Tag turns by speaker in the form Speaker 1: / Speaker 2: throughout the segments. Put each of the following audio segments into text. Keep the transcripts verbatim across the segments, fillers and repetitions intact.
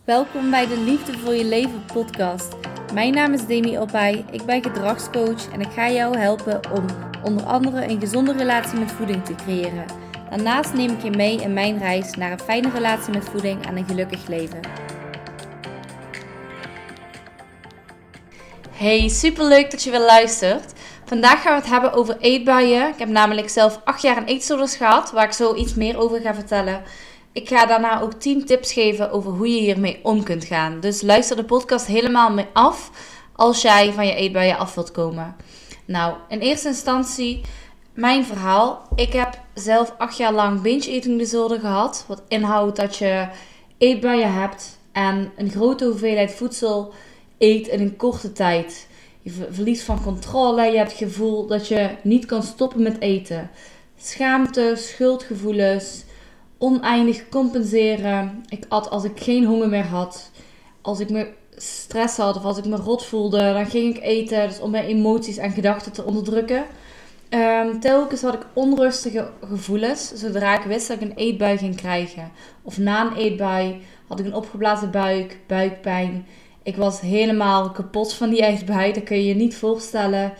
Speaker 1: Welkom bij de Liefde voor je leven podcast. Mijn naam is Demi Oppay, ik ben gedragscoach en ik ga jou helpen om onder andere een gezonde relatie met voeding te creëren. Daarnaast neem ik je mee in mijn reis naar een fijne relatie met voeding en een gelukkig leven. Hey, superleuk dat je weer luistert. Vandaag gaan we het hebben over eetbuien. Ik heb namelijk zelf acht jaar een eetstoornis gehad, waar ik zo iets meer over ga vertellen. Ik ga daarna ook tien tips geven over hoe je hiermee om kunt gaan. Dus luister de podcast helemaal mee af als jij van je eetbuien af wilt komen. Nou, in eerste instantie mijn verhaal. Ik heb zelf acht jaar lang binge eating disorder gehad. Wat inhoudt dat je eetbuien hebt en een grote hoeveelheid voedsel eet in een korte tijd. Je verliest van controle. Je hebt het gevoel dat je niet kan stoppen met eten. Schaamte, schuldgevoelens, oneindig compenseren. Ik at als ik geen honger meer had. Als ik me stress had of als ik me rot voelde, dan ging ik eten. Dus om mijn emoties en gedachten te onderdrukken. Um, telkens had ik onrustige gevoelens zodra ik wist dat ik een eetbui ging krijgen. Of na een eetbui had ik een opgeblazen buik, buikpijn. Ik was helemaal kapot van die eetbui. Dat kun je je niet voorstellen.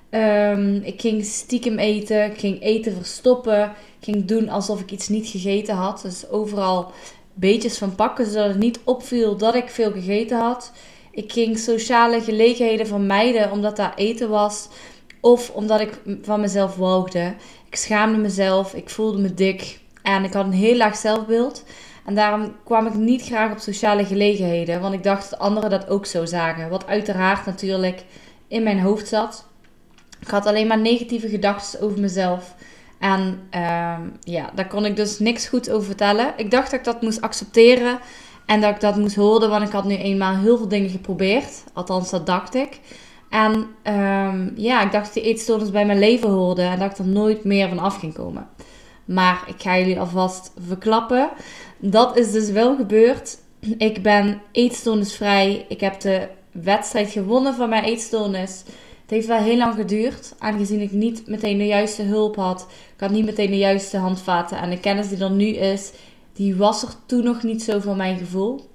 Speaker 1: Um, ik ging stiekem eten. Ik ging eten verstoppen. Ik ging doen alsof ik iets niet gegeten had. Dus overal beetjes van pakken, zodat het niet opviel dat ik veel gegeten had. Ik ging sociale gelegenheden vermijden omdat daar eten was. Of omdat ik van mezelf walgde. Ik schaamde mezelf. Ik voelde me dik. En ik had een heel laag zelfbeeld. En daarom kwam ik niet graag op sociale gelegenheden. Want ik dacht dat anderen dat ook zo zagen. Wat uiteraard natuurlijk in mijn hoofd zat. Ik had alleen maar negatieve gedachten over mezelf. En uh, ja, daar kon ik dus niks goed over vertellen. Ik dacht dat ik dat moest accepteren. En dat ik dat moest horen. Want ik had nu eenmaal heel veel dingen geprobeerd. Althans, dat dacht ik. En um, ja, ik dacht dat die eetstoornis bij mijn leven hoorde. En dat ik er nooit meer van af ging komen. Maar ik ga jullie alvast verklappen. Dat is dus wel gebeurd. Ik ben eetstoornisvrij. Ik heb de wedstrijd gewonnen van mijn eetstoornis. Het heeft wel heel lang geduurd. Aangezien ik niet meteen de juiste hulp had. Ik had niet meteen de juiste handvaten. En de kennis die er nu is, die was er toen nog niet zo voor mijn gevoel.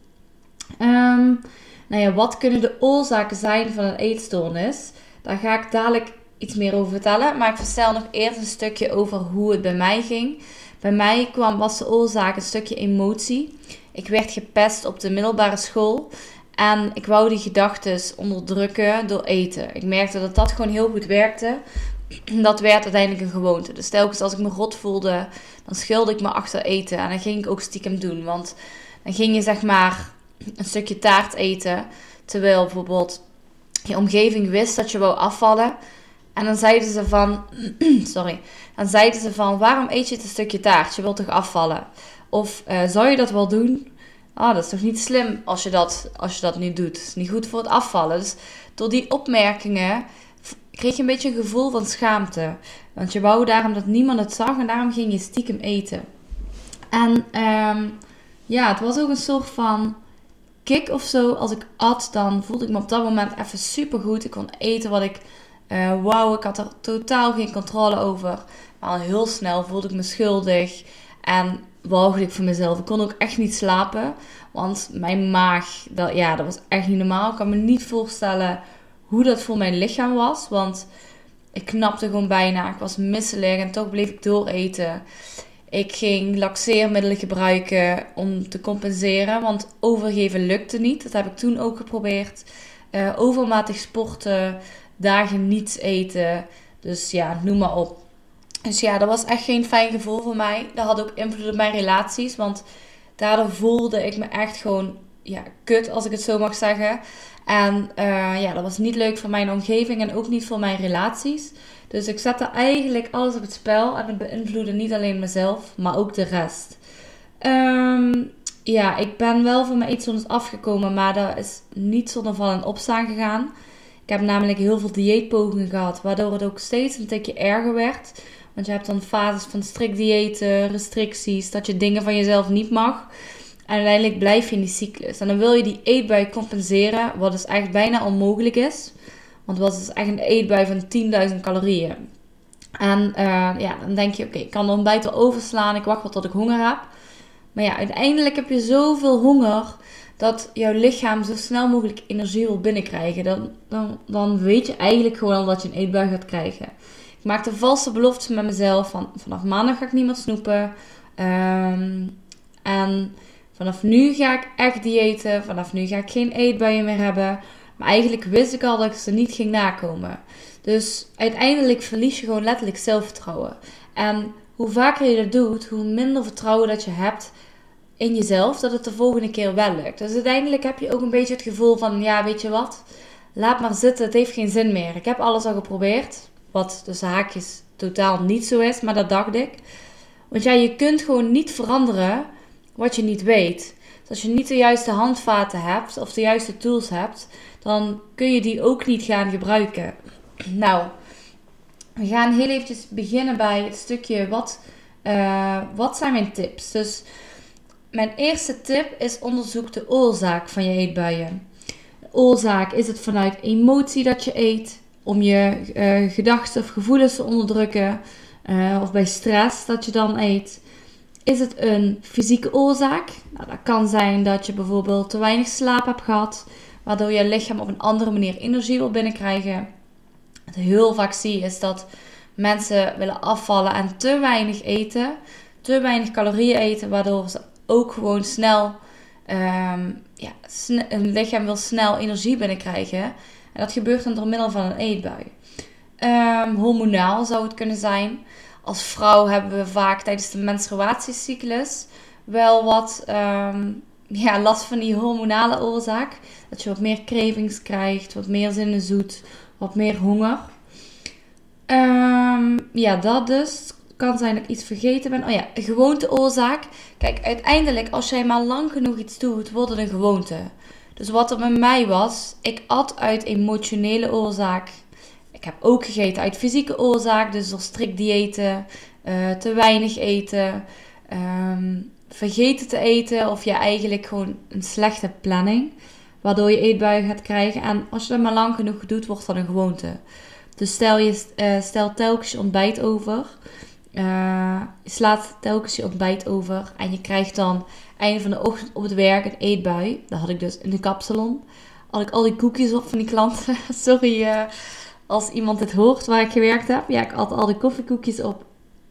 Speaker 1: Um, nou ja, wat kunnen de oorzaken zijn van een eetstoornis? Daar ga ik dadelijk iets meer over vertellen. Maar ik vertel nog eerst een stukje over hoe het bij mij ging. Bij mij kwam, was de oorzaak een stukje emotie. Ik werd gepest op de middelbare school. En ik wou die gedachten onderdrukken door eten. Ik merkte dat dat gewoon heel goed werkte. Dat werd uiteindelijk een gewoonte. Dus telkens als ik me rot voelde, dan schulde ik me achter eten. En dan ging ik ook stiekem doen. Want dan ging je zeg maar een stukje taart eten. Terwijl bijvoorbeeld je omgeving wist dat je wou afvallen. En dan zeiden ze van, sorry, dan zeiden ze van, waarom eet je het een stukje taart? Je wilt toch afvallen? Of uh, zou je dat wel doen? Ah, dat is toch niet slim als je dat, als je dat nu doet. Het is niet goed voor het afvallen. Dus door die opmerkingen kreeg je een beetje een gevoel van schaamte. Want je wou daarom dat niemand het zag en daarom ging je stiekem eten. En um, ja, het was ook een soort van kick of zo. Als ik at, dan voelde ik me op dat moment even supergoed. Ik kon eten wat ik uh, wou. Ik had er totaal geen controle over. Maar al heel snel voelde ik me schuldig. En walgde ik voor mezelf. Ik kon ook echt niet slapen. Want mijn maag, dat, ja, dat was echt niet normaal. Ik kan me niet voorstellen hoe dat voor mijn lichaam was. Want ik knapte gewoon bijna. Ik was misselijk en toch bleef ik dooreten. Ik ging laxeermiddelen gebruiken om te compenseren. Want overgeven lukte niet. Dat heb ik toen ook geprobeerd. Uh, overmatig sporten. Dagen niets eten. Dus ja, noem maar op. Dus ja, dat was echt geen fijn gevoel voor mij. Dat had ook invloed op mijn relaties. Want daardoor voelde ik me echt gewoon ja, kut, als ik het zo mag zeggen. En uh, ja, dat was niet leuk voor mijn omgeving en ook niet voor mijn relaties. Dus ik zette eigenlijk alles op het spel. En het beïnvloedde niet alleen mezelf, maar ook de rest. Um, ja, ik ben wel van mijn eetstoornis afgekomen. Maar dat is niet zonder vallen en opstaan gegaan. Ik heb namelijk heel veel dieetpogingen gehad. Waardoor het ook steeds een tikje erger werd. Want je hebt dan fases van strikt diëten, restricties, dat je dingen van jezelf niet mag. En uiteindelijk blijf je in die cyclus. En dan wil je die eetbui compenseren, wat dus echt bijna onmogelijk is. Want het was dus echt een eetbui van tienduizend calorieën. En uh, ja, dan denk je, oké, okay, ik kan de ontbijt wel overslaan, ik wacht wel tot ik honger heb. Maar ja, uiteindelijk heb je zoveel honger dat jouw lichaam zo snel mogelijk energie wil binnenkrijgen. Dan, dan, dan weet je eigenlijk gewoon al dat je een eetbui gaat krijgen. Ik maakte valse beloftes met mezelf. Van, vanaf maandag ga ik niet meer snoepen. Um, en vanaf nu ga ik echt diëten. Vanaf nu ga ik geen eetbuien meer hebben. Maar eigenlijk wist ik al dat ik ze niet ging nakomen. Dus uiteindelijk verlies je gewoon letterlijk zelfvertrouwen. En hoe vaker je dat doet, hoe minder vertrouwen dat je hebt in jezelf, dat het de volgende keer wel lukt. Dus uiteindelijk heb je ook een beetje het gevoel van, ja, weet je wat? Laat maar zitten, het heeft geen zin meer. Ik heb alles al geprobeerd. Wat tussen haakjes totaal niet zo is, maar dat dacht ik. Want ja, je kunt gewoon niet veranderen wat je niet weet. Dus als je niet de juiste handvaten hebt of de juiste tools hebt, dan kun je die ook niet gaan gebruiken. Nou, we gaan heel eventjes beginnen bij het stukje wat, uh, wat zijn mijn tips. Dus mijn eerste tip is onderzoek de oorzaak van je eetbuien. De oorzaak, is het vanuit emotie dat je eet, om je uh, gedachten of gevoelens te onderdrukken, uh, of bij stress dat je dan eet. Is het een fysieke oorzaak? Nou, dat kan zijn dat je bijvoorbeeld te weinig slaap hebt gehad, waardoor je lichaam op een andere manier energie wil binnenkrijgen. Wat ik heel vaak zie is dat mensen willen afvallen en te weinig eten, te weinig calorieën eten, waardoor ze ook gewoon snel, um, ja, sne- hun lichaam wil snel energie binnenkrijgen. En dat gebeurt dan door middel van een eetbui. Um, hormonaal zou het kunnen zijn. Als vrouw hebben we vaak tijdens de menstruatiecyclus wel wat um, ja, last van die hormonale oorzaak. Dat je wat meer cravings krijgt, wat meer zin in zoet, wat meer honger. Um, ja, dat dus. Kan zijn dat ik iets vergeten ben. Oh ja, een gewoonteoorzaak. Kijk, uiteindelijk als jij maar lang genoeg iets doet, wordt het een gewoonte. Dus wat er met mij was, ik at uit emotionele oorzaak. Ik heb ook gegeten uit fysieke oorzaak. Dus door strikt diëten, uh, te weinig eten, um, vergeten te eten. Of je eigenlijk gewoon een slechte planning, waardoor je eetbuien gaat krijgen. En als je dat maar lang genoeg doet, wordt dat een gewoonte. Dus stel je uh, stel telkens je ontbijt over. Uh, je slaat telkens je ontbijt over. En je krijgt dan einde van de ochtend op het werk een eetbui. Dat had ik dus in de kapsalon. Had ik al die koekjes op van die klanten. Sorry uh, als iemand dit hoort waar ik gewerkt heb. Ja, ik had al die koffiekoekjes op.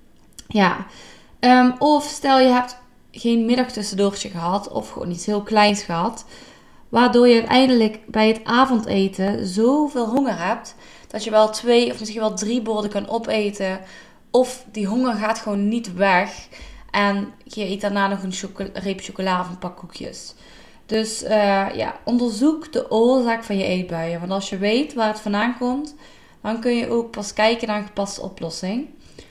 Speaker 1: Ja. Um, of stel je hebt geen middagtussendoortje gehad. Of gewoon iets heel kleins gehad. Waardoor je uiteindelijk bij het avondeten zoveel honger hebt. Dat je wel twee of misschien wel drie borden kan opeten. Of die honger gaat gewoon niet weg. En je eet daarna nog een chocola, reep chocola of een pak koekjes. Dus uh, ja, onderzoek de oorzaak van je eetbuien. Want als je weet waar het vandaan komt, dan kun je ook pas kijken naar een gepaste oplossing.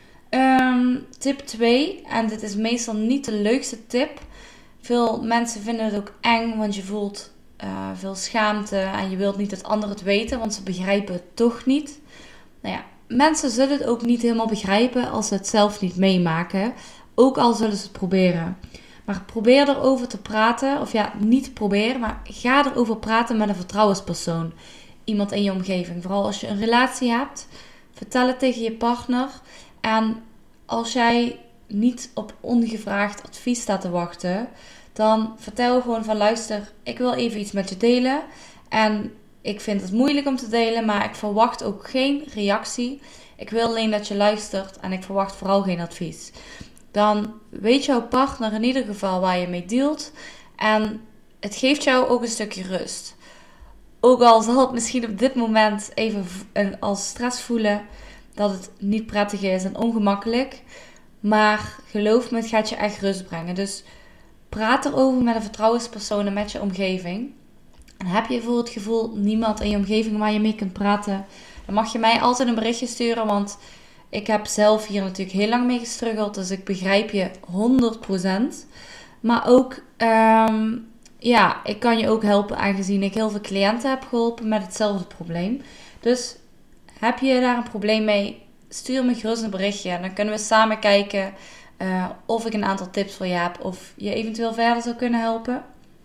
Speaker 1: Um, tip twee. En dit is meestal niet de leukste tip. Veel mensen vinden het ook eng, want je voelt uh, veel schaamte. En je wilt niet dat anderen het weten, want ze begrijpen het toch niet. Nou ja, mensen zullen het ook niet helemaal begrijpen als ze het zelf niet meemaken. Ook al zullen ze het proberen. Maar probeer erover te praten. Of ja, niet proberen, maar ga erover praten met een vertrouwenspersoon. Iemand in je omgeving. Vooral als je een relatie hebt. Vertel het tegen je partner. En als jij niet op ongevraagd advies staat te wachten, dan vertel gewoon van luister, ik wil even iets met je delen. En ik vind het moeilijk om te delen, maar ik verwacht ook geen reactie. Ik wil alleen dat je luistert en ik verwacht vooral geen advies. Dan weet jouw partner in ieder geval waar je mee dealt. En het geeft jou ook een stukje rust. Ook al zal het misschien op dit moment even als stress voelen, dat het niet prettig is en ongemakkelijk. Maar geloof me, het gaat je echt rust brengen. Dus praat erover met een vertrouwenspersoon en met je omgeving. En heb je voor het gevoel niemand in je omgeving waar je mee kunt praten, dan mag je mij altijd een berichtje sturen. Want ik heb zelf hier natuurlijk heel lang mee gestruggeld. Dus ik begrijp je honderd procent. Maar ook, um, ja, ik kan je ook helpen aangezien ik heel veel cliënten heb geholpen met hetzelfde probleem. Dus heb je daar een probleem mee, stuur me gerust een berichtje. En dan kunnen we samen kijken uh, of ik een aantal tips voor je heb. Of je eventueel verder zou kunnen helpen.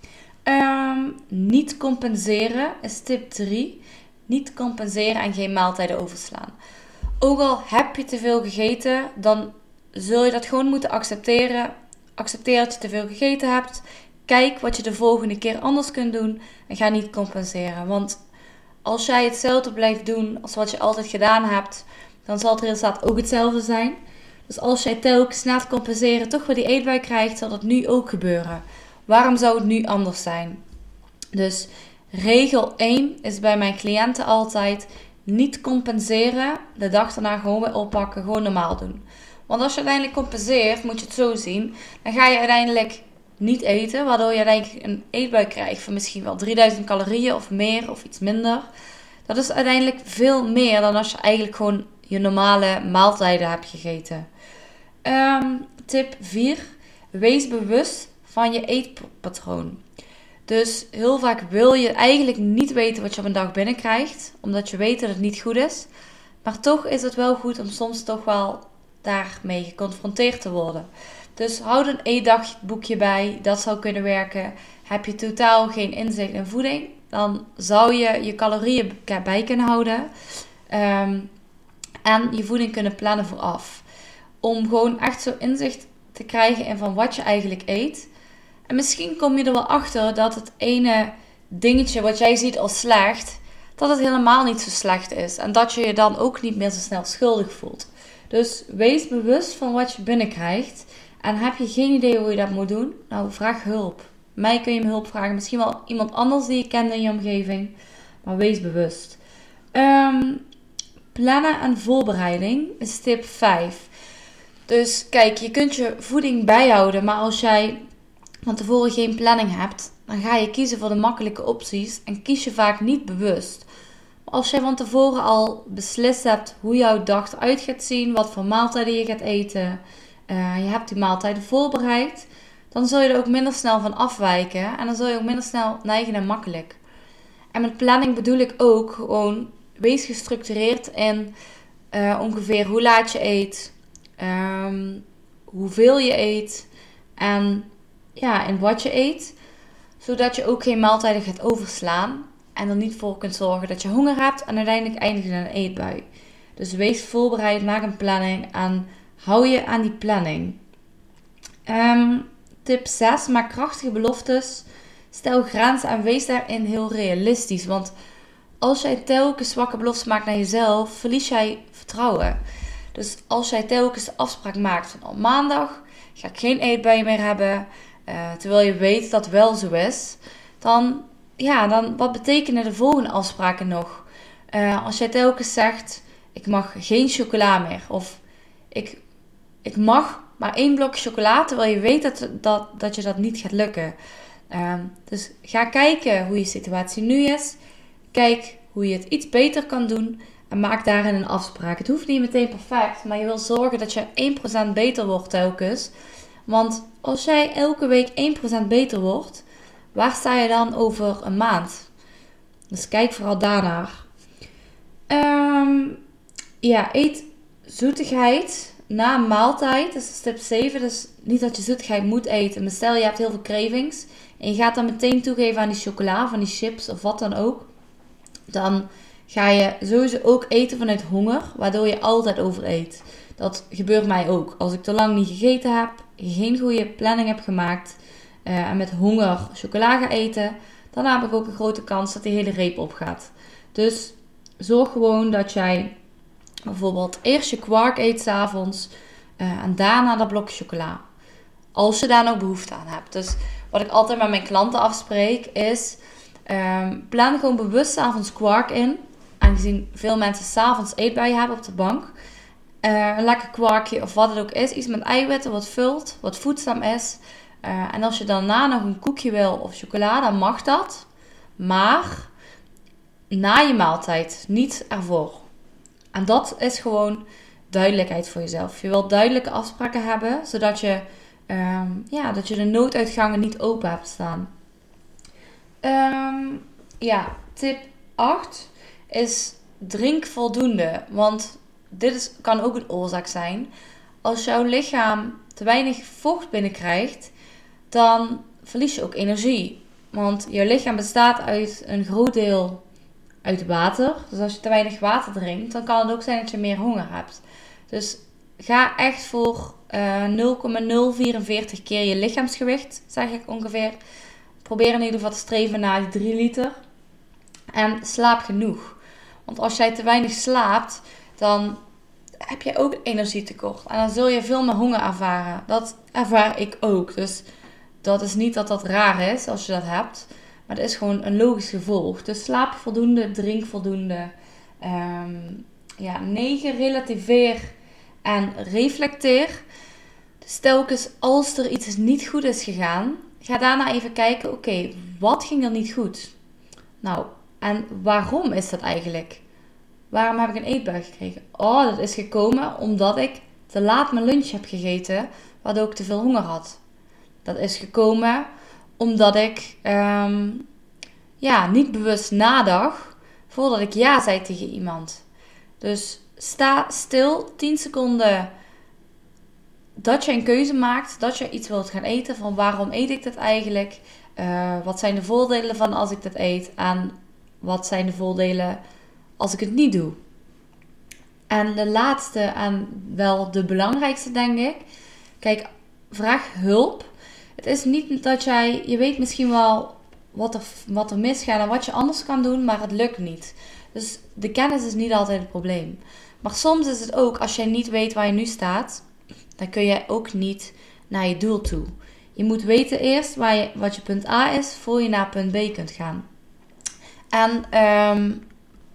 Speaker 1: Um, niet compenseren is tip drie. Niet compenseren en geen maaltijden overslaan. Ook al heb je te veel gegeten, dan zul je dat gewoon moeten accepteren. Accepteer dat je te veel gegeten hebt. kijk wat je de volgende keer anders kunt doen en ga niet compenseren. Want als jij hetzelfde blijft doen als wat je altijd gedaan hebt, dan zal het resultaat ook hetzelfde zijn. Dus als jij telkens na het compenseren toch weer die eetbui krijgt, zal dat nu ook gebeuren. Waarom zou het nu anders zijn? Dus regel één is bij mijn cliënten altijd niet compenseren. De dag daarna gewoon weer oppakken, gewoon normaal doen. Want als je uiteindelijk compenseert, moet je het zo zien, dan ga je uiteindelijk niet eten, waardoor je uiteindelijk een eetbui krijgt van misschien wel drieduizend calorieën of meer of iets minder. Dat is uiteindelijk veel meer dan als je eigenlijk gewoon je normale maaltijden hebt gegeten. Um, tip vier. Wees bewust van je eetpatroon. Dus heel vaak wil je eigenlijk niet weten wat je op een dag binnenkrijgt, omdat je weet dat het niet goed is. Maar toch is het wel goed om soms toch wel daarmee geconfronteerd te worden. Dus houd een eetdagboekje bij, dat zou kunnen werken. Heb je totaal geen inzicht in voeding, dan zou je je calorieën bij kunnen houden. Um, en je voeding kunnen plannen vooraf. Om gewoon echt zo inzicht te krijgen in van wat je eigenlijk eet. En misschien kom je er wel achter dat het ene dingetje wat jij ziet als slecht, dat het helemaal niet zo slecht is. En dat je je dan ook niet meer zo snel schuldig voelt. Dus wees bewust van wat je binnenkrijgt. En heb je geen idee hoe je dat moet doen? Nou, vraag hulp. Mij kun je me hulp vragen. Misschien wel iemand anders die je kent in je omgeving. Maar wees bewust. Um, plannen en voorbereiding is tip vijf. Dus kijk, je kunt je voeding bijhouden. Maar als jij van tevoren geen planning hebt, dan ga je kiezen voor de makkelijke opties. En kies je vaak niet bewust. Als jij van tevoren al beslist hebt hoe jouw dag eruit gaat zien. Wat voor maaltijden je gaat eten. Uh, je hebt die maaltijden voorbereid. Dan zul je er ook minder snel van afwijken. En dan zul je ook minder snel neigen naar makkelijk. En met planning bedoel ik ook gewoon, wees gestructureerd in uh, ongeveer hoe laat je eet. Um, hoeveel je eet. En ja, en wat je eet. Zodat je ook geen maaltijden gaat overslaan. En er niet voor kunt zorgen dat je honger hebt. En uiteindelijk eindig je in een eetbui. Dus wees voorbereid, maak een planning. En hou je aan die planning. Um, tip zes. Maak krachtige beloftes. Stel grenzen en wees daarin heel realistisch. Want als jij telkens zwakke beloftes maakt naar jezelf, verlies jij vertrouwen. Dus als jij telkens de afspraak maakt van op maandag ga ik geen eetbuien meer hebben. Uh, terwijl je weet dat het wel zo is. Dan, ja, dan wat betekenen de volgende afspraken nog? Uh, als jij telkens zegt ik mag geen chocola meer. Of ik, ik mag maar één blok chocola, terwijl je weet dat, dat, dat je dat niet gaat lukken. Uh, dus ga kijken hoe je situatie nu is. Kijk hoe je het iets beter kan doen. En maak daarin een afspraak. Het hoeft niet meteen perfect. Maar je wil zorgen dat je één procent beter wordt telkens. Want als jij elke week één procent beter wordt, waar sta je dan over een maand? Dus kijk vooral daarnaar. Um, ja, eet zoetigheid na een maaltijd. Dat is stip zeven. Dus niet dat je zoetigheid moet eten. Maar stel je hebt heel veel cravings. En je gaat dan meteen toegeven aan die chocola, van die chips of wat dan ook. Dan ga je sowieso ook eten vanuit honger. Waardoor je altijd overeet. Dat gebeurt mij ook. Als ik te lang niet gegeten heb. Geen goede planning heb gemaakt. Uh, en met honger chocola ga eten. Dan heb ik ook een grote kans dat die hele reep opgaat. Dus zorg gewoon dat jij bijvoorbeeld eerst je kwark eet 's avonds. Uh, en daarna dat blok chocola. Als je daar nog behoefte aan hebt. Dus wat ik altijd met mijn klanten afspreek is, um, plan gewoon bewust 's avonds kwark in. Aangezien veel mensen 's avonds eetbuien hebben op de bank. Uh, een lekker kwarkje of wat het ook is. Iets met eiwitten wat vult, wat voedzaam is. Uh, en als je daarna nog een koekje wil of chocola, dan mag dat. Maar na je maaltijd, niet ervoor. En dat is gewoon duidelijkheid voor jezelf. Je wilt duidelijke afspraken hebben, zodat je, um, ja, dat je de nooduitgangen niet open hebt staan. Um, ja, tip acht is drink voldoende. Want dit is, kan ook een oorzaak zijn. Als jouw lichaam te weinig vocht binnenkrijgt, dan verlies je ook energie. Want jouw lichaam bestaat uit een groot deel uit water. Dus als je te weinig water drinkt, dan kan het ook zijn dat je meer honger hebt. Dus ga echt voor uh, nul komma nul vierenveertig keer je lichaamsgewicht, zeg ik ongeveer. Probeer in ieder geval te streven naar die drie liter. En slaap genoeg. Want als jij te weinig slaapt, dan heb je ook energietekort. En dan zul je veel meer honger ervaren. Dat ervaar ik ook. Dus dat is niet dat dat raar is als je dat hebt. Maar dat is gewoon een logisch gevolg. Dus slaap voldoende, drink voldoende. Um, ja, negen, relativeer en reflecteer. Dus telkens als er iets niet goed is gegaan, ga daarna even kijken, oké, okay, wat ging er niet goed? Nou, en waarom is dat eigenlijk? Waarom heb ik een eetbui gekregen? Oh, dat is gekomen omdat ik te laat mijn lunch heb gegeten, waardoor ik te veel honger had. Dat is gekomen omdat ik um, ja, niet bewust nadacht voordat ik ja zei tegen iemand. Dus sta stil, tien seconden dat je een keuze maakt, dat je iets wilt gaan eten. Van waarom eet ik dat eigenlijk? Uh, wat zijn de voordelen van als ik dat eet? En wat zijn de voordelen als ik het niet doe? En de laatste en wel de belangrijkste, denk ik. Kijk, vraag hulp. Het is niet dat jij, je weet misschien wel wat er, wat er misgaat en wat je anders kan doen, maar het lukt niet. Dus de kennis is niet altijd het probleem. Maar soms is het ook, als jij niet weet waar je nu staat, dan kun je ook niet naar je doel toe. Je moet weten eerst waar je, wat je punt A is, voor je naar punt B kunt gaan. En um,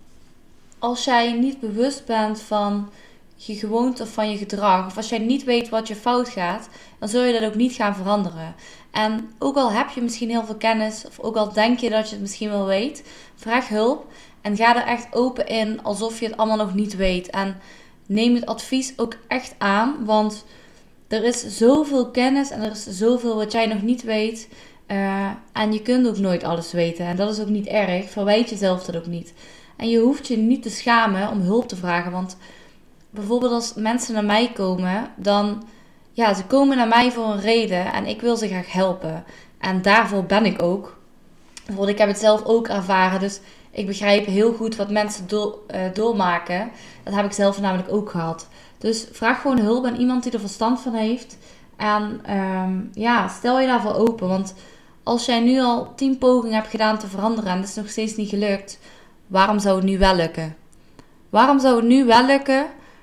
Speaker 1: als jij niet bewust bent van je gewoonte of van je gedrag, of als jij niet weet wat je fout gaat, dan zul je dat ook niet gaan veranderen. En ook al heb je misschien heel veel kennis, of ook al denk je dat je het misschien wel weet, vraag hulp en ga er echt open in, alsof je het allemaal nog niet weet. En neem het advies ook echt aan, want er is zoveel kennis en er is zoveel wat jij nog niet weet. Uh, en je kunt ook nooit alles weten. En dat is ook niet erg. Verwijt jezelf dat ook niet. En je hoeft je niet te schamen om hulp te vragen. Want bijvoorbeeld als mensen naar mij komen, dan, ja, ze komen naar mij voor een reden en ik wil ze graag helpen. En daarvoor ben ik ook. Bijvoorbeeld, ik heb het zelf ook ervaren, dus ik begrijp heel goed wat mensen door, uh, doormaken. Dat heb ik zelf namelijk ook gehad. Dus vraag gewoon hulp aan iemand die er verstand van heeft. En um, ja, stel je daarvoor open. Want als jij nu al tien pogingen hebt gedaan te veranderen en dat is nog steeds niet gelukt, waarom zou het nu wel lukken? Waarom zou het nu wel lukken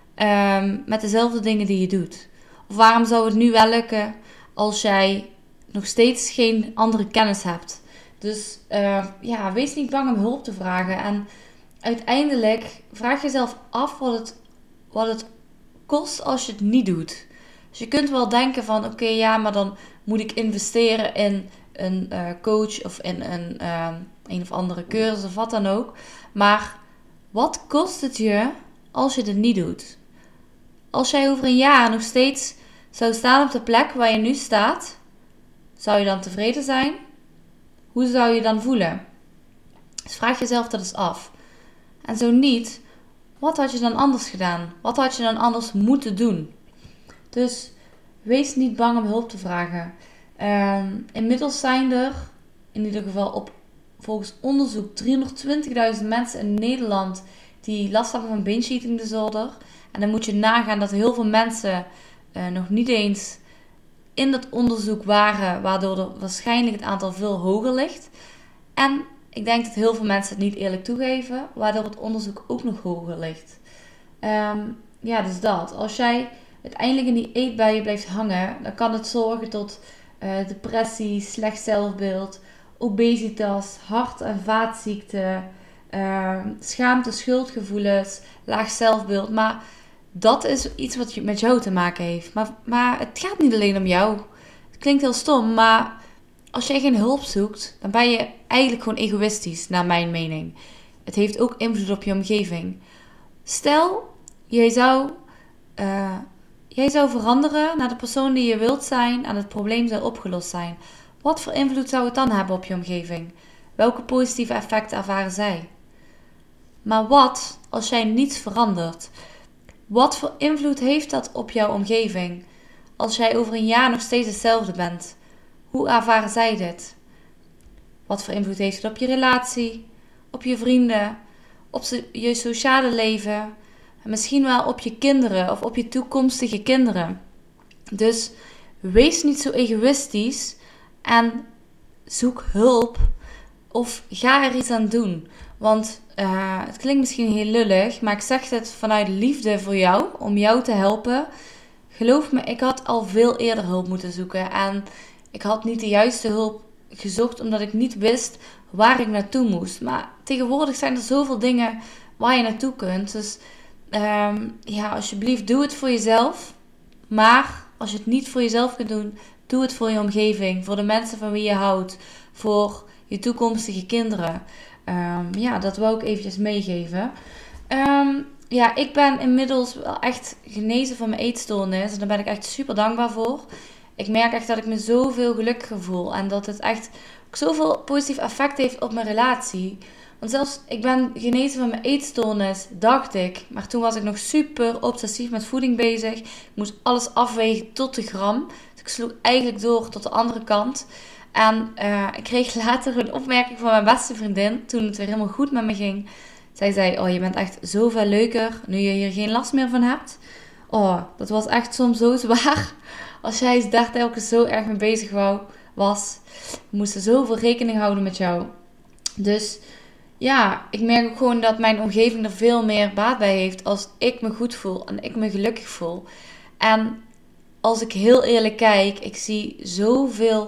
Speaker 1: um, met dezelfde dingen die je doet? Of waarom zou het nu wel lukken als jij nog steeds geen andere kennis hebt? Dus uh, ja, wees niet bang om hulp te vragen. En uiteindelijk vraag jezelf af wat het, wat het kost als je het niet doet. Dus je kunt wel denken van oké, okay, ja, maar dan moet ik investeren in een uh, coach of in een, uh, een of andere cursus of wat dan ook. Maar wat kost het je als je het niet doet? Als jij over een jaar nog steeds zou staan op de plek waar je nu staat, zou je dan tevreden zijn? Hoe zou je dan voelen? Dus vraag jezelf dat eens af. En zo niet, wat had je dan anders gedaan? Wat had je dan anders moeten doen? Dus wees niet bang om hulp te vragen. Um, inmiddels zijn er, in ieder geval op volgens onderzoek, driehonderdtwintigduizend mensen in Nederland die last hebben van binge eating disorder. En dan moet je nagaan dat heel veel mensen uh, nog niet eens in dat onderzoek waren, waardoor er waarschijnlijk het aantal veel hoger ligt. En ik denk dat heel veel mensen het niet eerlijk toegeven, waardoor het onderzoek ook nog hoger ligt. Um, ja, dus dat. Als jij uiteindelijk in die eetbuien blijft hangen, dan kan het zorgen tot uh, depressie, slecht zelfbeeld, obesitas, hart- en vaatziekten, uh, schaamte, schuldgevoelens, laag zelfbeeld. Maar dat is iets wat met jou te maken heeft. Maar, maar het gaat niet alleen om jou. Het klinkt heel stom, maar als jij geen hulp zoekt, dan ben je eigenlijk gewoon egoïstisch, naar mijn mening. Het heeft ook invloed op je omgeving. Stel, jij zou, uh, jij zou veranderen naar de persoon die je wilt zijn en het probleem zou opgelost zijn. Wat voor invloed zou het dan hebben op je omgeving? Welke positieve effecten ervaren zij? Maar wat als jij niets verandert? Wat voor invloed heeft dat op jouw omgeving? Als jij over een jaar nog steeds hetzelfde bent, hoe ervaren zij dit? Wat voor invloed heeft het op je relatie, op je vrienden, op je sociale leven? En misschien wel op je kinderen of op je toekomstige kinderen. Dus wees niet zo egoïstisch en zoek hulp of ga er iets aan doen. Want uh, het klinkt misschien heel lullig, maar ik zeg het vanuit liefde voor jou, om jou te helpen. Geloof me, ik had al veel eerder hulp moeten zoeken. En ik had niet de juiste hulp gezocht, omdat ik niet wist waar ik naartoe moest. Maar tegenwoordig zijn er zoveel dingen waar je naartoe kunt. Dus um, ja, alsjeblieft, doe het voor jezelf. Maar als je het niet voor jezelf kunt doen, doe het voor je omgeving. Voor de mensen van wie je houdt. Voor je toekomstige kinderen. Um, ja, dat wou ik eventjes meegeven. Um, ja, ik ben inmiddels wel echt genezen van mijn eetstoornis. En daar ben ik echt super dankbaar voor. Ik merk echt dat ik me zoveel gelukkiger voel. En dat het echt ook zoveel positief effect heeft op mijn relatie. Want zelfs, ik ben genezen van mijn eetstoornis, dacht ik. Maar toen was ik nog super obsessief met voeding bezig. Ik moest alles afwegen tot de gram. Dus ik sloeg eigenlijk door tot de andere kant. En uh, ik kreeg later een opmerking van mijn beste vriendin, toen het weer helemaal goed met me ging. Zij zei, oh, je bent echt zoveel leuker nu je hier geen last meer van hebt. Oh, dat was echt soms zo zwaar. Als jij daar telkens zo erg mee bezig wou, was. We moesten zoveel rekening houden met jou. Dus ja, ik merk ook gewoon dat mijn omgeving er veel meer baat bij heeft als ik me goed voel en ik me gelukkig voel. En als ik heel eerlijk kijk, ik zie zoveel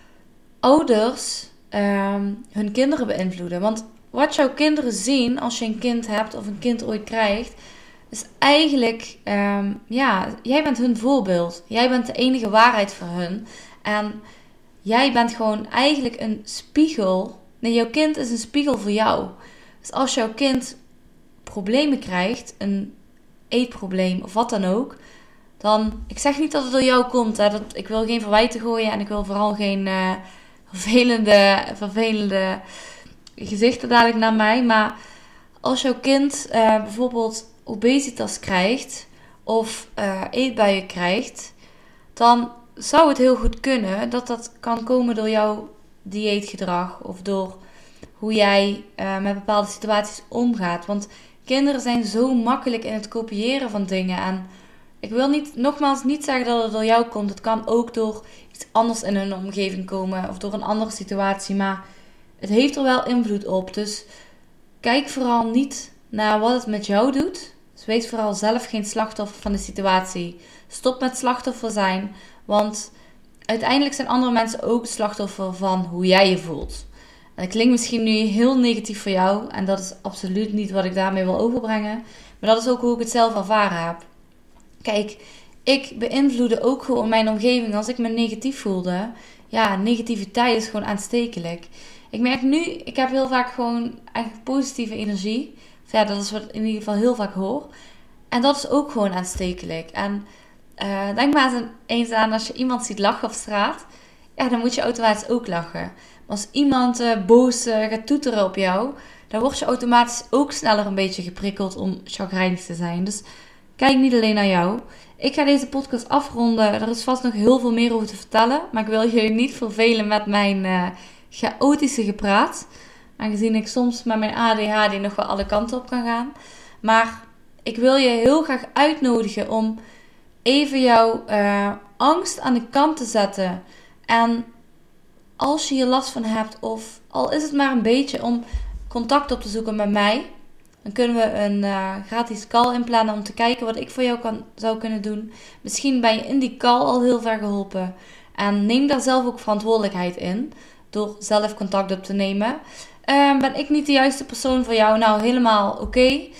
Speaker 1: ouders um, hun kinderen beïnvloeden. Want wat jouw kinderen zien als je een kind hebt of een kind ooit krijgt, is eigenlijk, um, ja, jij bent hun voorbeeld. Jij bent de enige waarheid voor hun. En jij bent gewoon eigenlijk een spiegel. Nee, jouw kind is een spiegel voor jou. Dus als jouw kind problemen krijgt, een eetprobleem of wat dan ook, dan, ik zeg niet dat het door jou komt. Hè, dat, ik wil geen verwijten gooien en ik wil vooral geen uh, vervelende, vervelende gezichten dadelijk naar mij. Maar als jouw kind uh, bijvoorbeeld obesitas krijgt of uh, eetbuien krijgt, dan zou het heel goed kunnen dat dat kan komen door jouw dieetgedrag of door hoe jij uh, met bepaalde situaties omgaat. Want kinderen zijn zo makkelijk in het kopiëren van dingen. En ik wil niet, nogmaals niet zeggen dat het door jou komt. Het kan ook door iets anders in hun omgeving komen of door een andere situatie. Maar het heeft er wel invloed op. Dus kijk vooral niet naar wat het met jou doet. Dus wees vooral zelf geen slachtoffer van de situatie. Stop met slachtoffer zijn. Want uiteindelijk zijn andere mensen ook slachtoffer van hoe jij je voelt. En dat klinkt misschien nu heel negatief voor jou. En dat is absoluut niet wat ik daarmee wil overbrengen. Maar dat is ook hoe ik het zelf ervaren heb. Kijk, ik beïnvloedde ook gewoon mijn omgeving als ik me negatief voelde. Ja, negativiteit is gewoon aanstekelijk. Ik merk nu, ik heb heel vaak gewoon eigenlijk positieve energie. Of ja, dat is wat ik in ieder geval heel vaak hoor. En dat is ook gewoon aanstekelijk. En uh, denk maar eens aan als je iemand ziet lachen op straat. Ja, dan moet je automatisch ook lachen. Maar als iemand uh, boos uh, gaat toeteren op jou, dan word je automatisch ook sneller een beetje geprikkeld om chagrijnig te zijn. Dus kijk niet alleen naar jou. Ik ga deze podcast afronden. Er is vast nog heel veel meer over te vertellen. Maar ik wil jullie niet vervelen met mijn uh, chaotische gepraat. Aangezien ik soms met mijn A D H D nog wel alle kanten op kan gaan. Maar ik wil je heel graag uitnodigen om even jouw uh, angst aan de kant te zetten. En als je hier last van hebt, of al is het maar een beetje, om contact op te zoeken met mij. Dan kunnen we een uh, gratis call inplannen om te kijken wat ik voor jou kan, zou kunnen doen. Misschien ben je in die call al heel ver geholpen. En neem daar zelf ook verantwoordelijkheid in. Door zelf contact op te nemen. Uh, ben ik niet de juiste persoon voor jou? Nou, helemaal oké. Okay.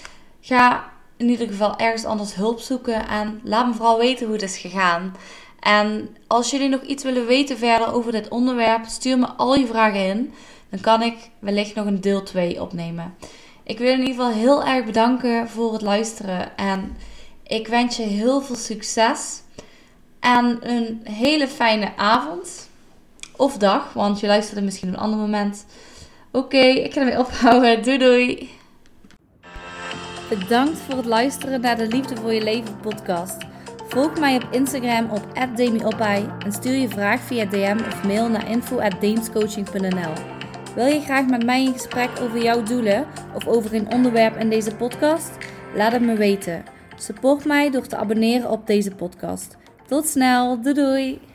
Speaker 1: Ga in ieder geval ergens anders hulp zoeken. En laat me vooral weten hoe het is gegaan. En als jullie nog iets willen weten verder over dit onderwerp, stuur me al je vragen in. Dan kan ik wellicht nog een deel twee opnemen. Ik wil in ieder geval heel erg bedanken voor het luisteren. En ik wens je heel veel succes. En een hele fijne avond. Of dag, want je luistert er misschien op een ander moment. Oké, okay, ik ga ermee ophouden. Doei doei. Bedankt voor het luisteren naar de Liefde voor je Leven podcast. Volg mij op Instagram op at demiopai en stuur je vraag via D M of mail naar info at deenscoaching punt n l. Wil je graag met mij in gesprek over jouw doelen of over een onderwerp in deze podcast? Laat het me weten. Support mij door te abonneren op deze podcast. Tot snel, doei doei!